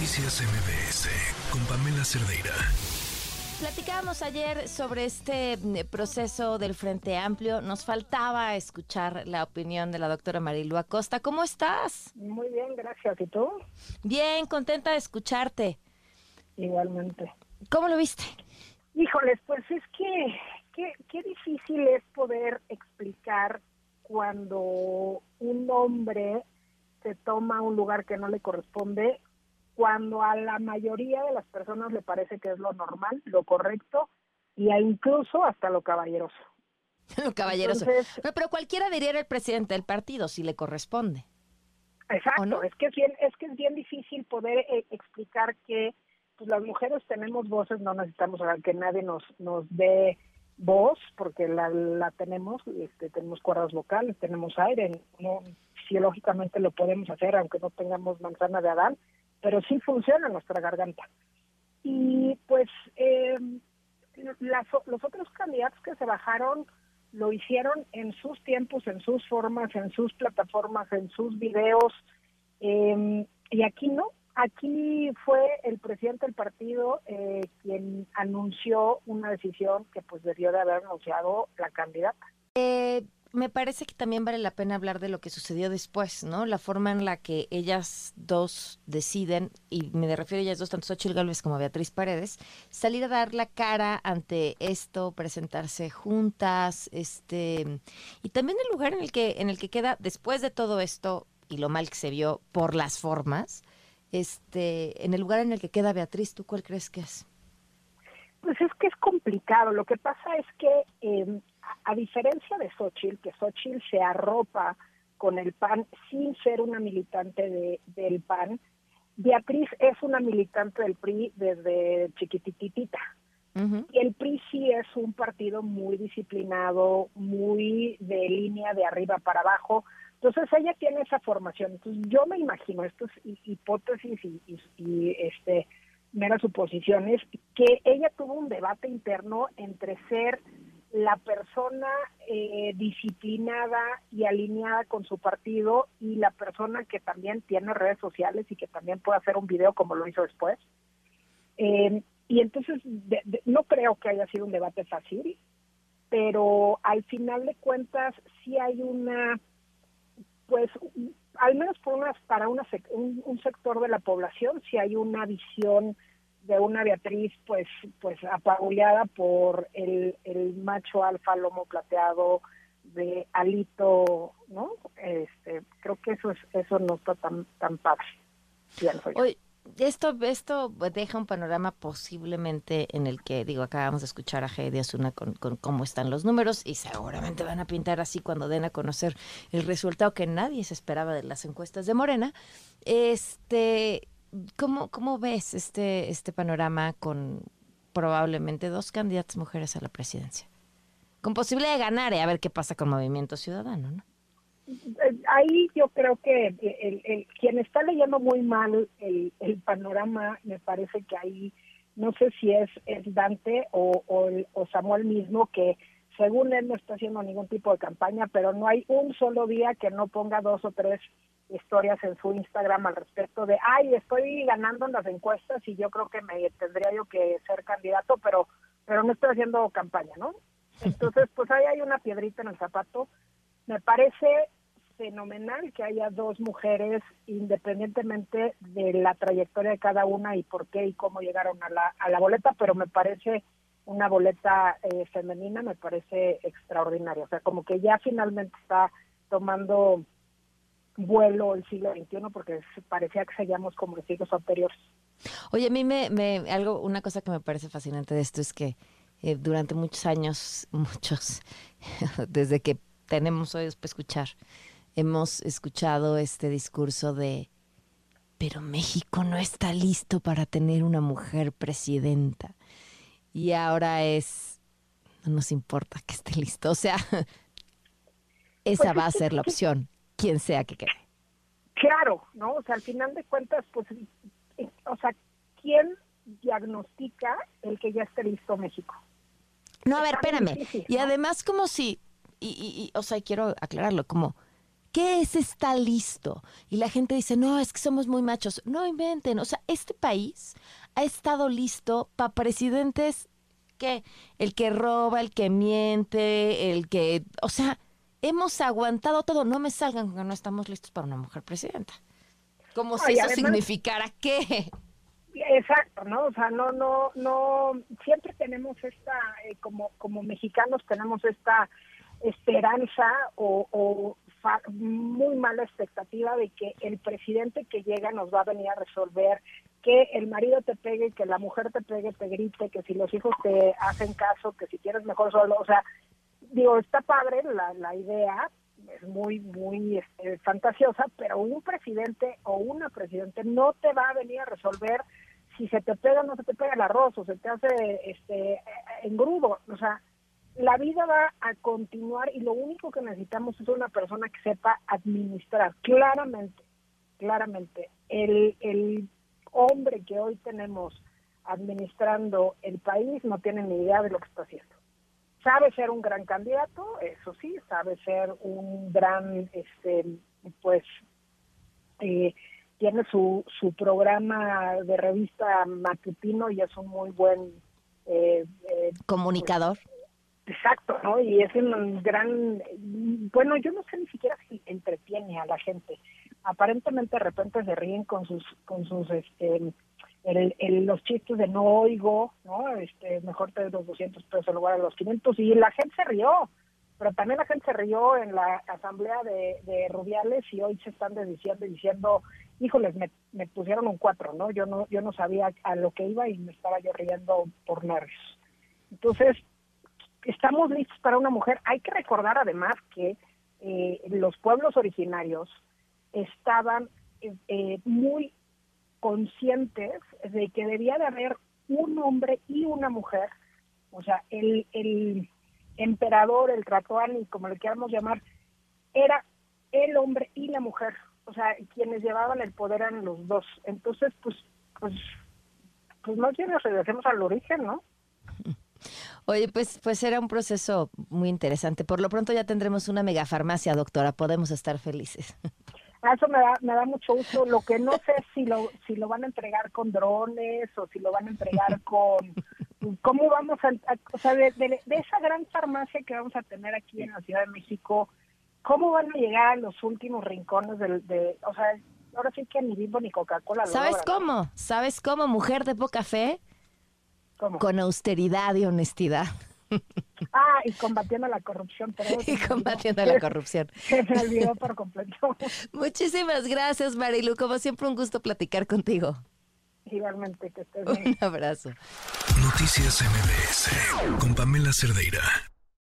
Noticias MBS con Pamela Cerdeira. Platicábamos ayer sobre este proceso del Frente Amplio. Nos faltaba escuchar la opinión de la doctora Marilu Acosta. ¿Cómo estás? Muy bien, gracias. ¿Y tú? Bien, contenta de escucharte. Igualmente. ¿Cómo lo viste? Híjoles, pues es que qué difícil es poder explicar cuando un hombre se toma un lugar que no le corresponde, cuando a la mayoría de las personas le parece que es lo normal, lo correcto, y incluso hasta lo caballeroso. Lo caballeroso. Entonces, pero cualquiera diría el presidente del partido, si le corresponde. exacto, ¿O no? es que es bien difícil poder explicar que pues, las mujeres tenemos voces, no necesitamos que nadie nos dé voz, porque la tenemos, tenemos cuerdas vocales, tenemos aire, no, fisiológicamente lo podemos hacer, aunque no tengamos manzana de Adán, pero sí funciona nuestra garganta. Y pues los otros candidatos que se bajaron lo hicieron en sus tiempos, en sus formas, en sus plataformas, en sus videos, y aquí no. Aquí fue el presidente del partido quien anunció una decisión que pues debió de haber anunciado la candidata. Me parece que también vale la pena hablar de lo que sucedió después, ¿no? La forma en la que ellas dos deciden, y me refiero a ellas dos, tanto Xóchitl Gálvez como Beatriz Paredes, salir a dar la cara ante esto, presentarse juntas, y también el lugar en el que queda, después de todo esto, y lo mal que se vio por las formas, en el lugar en el que queda Beatriz, ¿tú cuál crees que es? Pues es que es complicado. Lo que pasa es que, a diferencia de Xóchitl, que Xóchitl se arropa con el PAN sin ser una militante del PAN, Beatriz es una militante del PRI desde chiquititita. Uh-huh. Y el PRI sí es un partido muy disciplinado, muy de línea de arriba para abajo. Entonces ella tiene esa formación. Entonces yo me imagino, esto es hipótesis y meras suposiciones, que ella tuvo un debate interno entre ser la persona disciplinada y alineada con su partido y la persona que también tiene redes sociales y que también puede hacer un video como lo hizo después. Y entonces no creo que haya sido un debate fácil, pero al final de cuentas sí hay una, pues al menos para un sector de la población sí hay una visión de una Beatriz pues apabullada por el macho alfa lomo plateado de Alito, ¿no? Creo que eso no está tan padre. Oye, esto deja un panorama posiblemente en el que, acabamos de escuchar a Heidi Osuna con cómo están los números y seguramente van a pintar así cuando den a conocer el resultado que nadie se esperaba de las encuestas de Morena. ¿Cómo ves este panorama con probablemente dos candidatas mujeres a la presidencia? Con posibilidad de ganar, a ver qué pasa con Movimiento Ciudadano, ¿no? Ahí yo creo que quien está leyendo muy mal el panorama, me parece que ahí, no sé si es Dante o Samuel mismo, que según él no está haciendo ningún tipo de campaña, pero no hay un solo día que no ponga 2 o 3 historias en su Instagram al respecto de, estoy ganando en las encuestas y yo creo que me tendría yo que ser candidato, pero no estoy haciendo campaña, ¿no? Entonces, pues ahí hay una piedrita en el zapato. Me parece fenomenal que haya dos mujeres, independientemente de la trayectoria de cada una y por qué y cómo llegaron a la boleta, pero me parece una boleta femenina, me parece extraordinaria. O sea, como que ya finalmente está tomando vuelo el siglo XXI, porque parecía que seguíamos como los siglos anteriores. Oye, a mí una cosa que me parece fascinante de esto es que durante muchos años, desde que tenemos oídos para escuchar, hemos escuchado este discurso de, pero México no está listo para tener una mujer presidenta. Y ahora no nos importa que esté listo. O sea, esa va a ser la opción, quien sea que quede. Claro, ¿no? O sea, al final de cuentas, pues, o sea, ¿quién diagnostica el que ya esté listo México? No, a ver, espérame. Difícil, ¿no? Y además como si, o sea, quiero aclararlo, como ¿qué es está listo? Y la gente dice, no, es que somos muy machos. No inventen, o sea, este país ha estado listo para presidentes que el que roba, el que miente, el que, o sea, hemos aguantado todo. No me salgan con que no estamos listos para una mujer presidenta. Como si y eso además, significara qué. exacto, ¿no? O sea, no, siempre tenemos esta, como mexicanos tenemos esta esperanza o muy mala expectativa de que el presidente que llega nos va a venir a resolver, que el marido te pegue, que la mujer te pegue, te grite, que si los hijos te hacen caso, que si quieres mejor solo, o sea, digo, está padre la idea, es muy fantasiosa, pero un presidente o una presidente no te va a venir a resolver si se te pega o no se te pega el arroz o se te hace engrudo, o sea, la vida va a continuar y lo único que necesitamos es una persona que sepa administrar claramente. El hombre que hoy tenemos administrando el país no tiene ni idea de lo que está haciendo. Sabe ser un gran candidato, eso sí, sabe ser un gran, tiene su programa de revista matutino y es un muy buen comunicador. Exacto, ¿no? Y es un gran, bueno, yo no sé ni siquiera si entretiene a la gente. Aparentemente de repente se ríen con sus los chistes de no oigo, ¿no? Mejor te doy los 200 pesos en lugar de los 500, y la gente se rió, pero también la gente se rió en la asamblea de Rubiales y hoy se están diciendo, híjoles, me pusieron un 4, ¿no? Yo no sabía a lo que iba y me estaba yo riendo por nervios. Entonces, estamos listos para una mujer. Hay que recordar además que los pueblos originarios estaban muy conscientes de que debía de haber un hombre y una mujer, o sea, el emperador, el Tlatoani, como le queramos llamar, era el hombre y la mujer, o sea, quienes llevaban el poder eran los dos. Entonces, pues más bien nos regresemos al origen, ¿no? Oye, pues era un proceso muy interesante. Por lo pronto ya tendremos una megafarmacia, doctora. Podemos estar felices. Eso me da mucho gusto. Lo que no sé es si lo van a entregar con drones o si lo van a entregar con... ¿Cómo vamos o sea, de esa gran farmacia que vamos a tener aquí en la Ciudad de México, cómo van a llegar a los últimos rincones o sea, ahora sí que ni Bimbo ni Coca-Cola lo ¿Sabes logran, cómo? ¿no? ¿Sabes cómo? Mujer de poca fe. ¿Cómo? Con austeridad y honestidad. Y combatiendo la corrupción. Pero y combatiendo la corrupción. Se me olvidó por completo. Muchísimas gracias, Marilu. Como siempre, un gusto platicar contigo. Igualmente, que estés bien. Un abrazo. Noticias MBS con Pamela Cerdeira.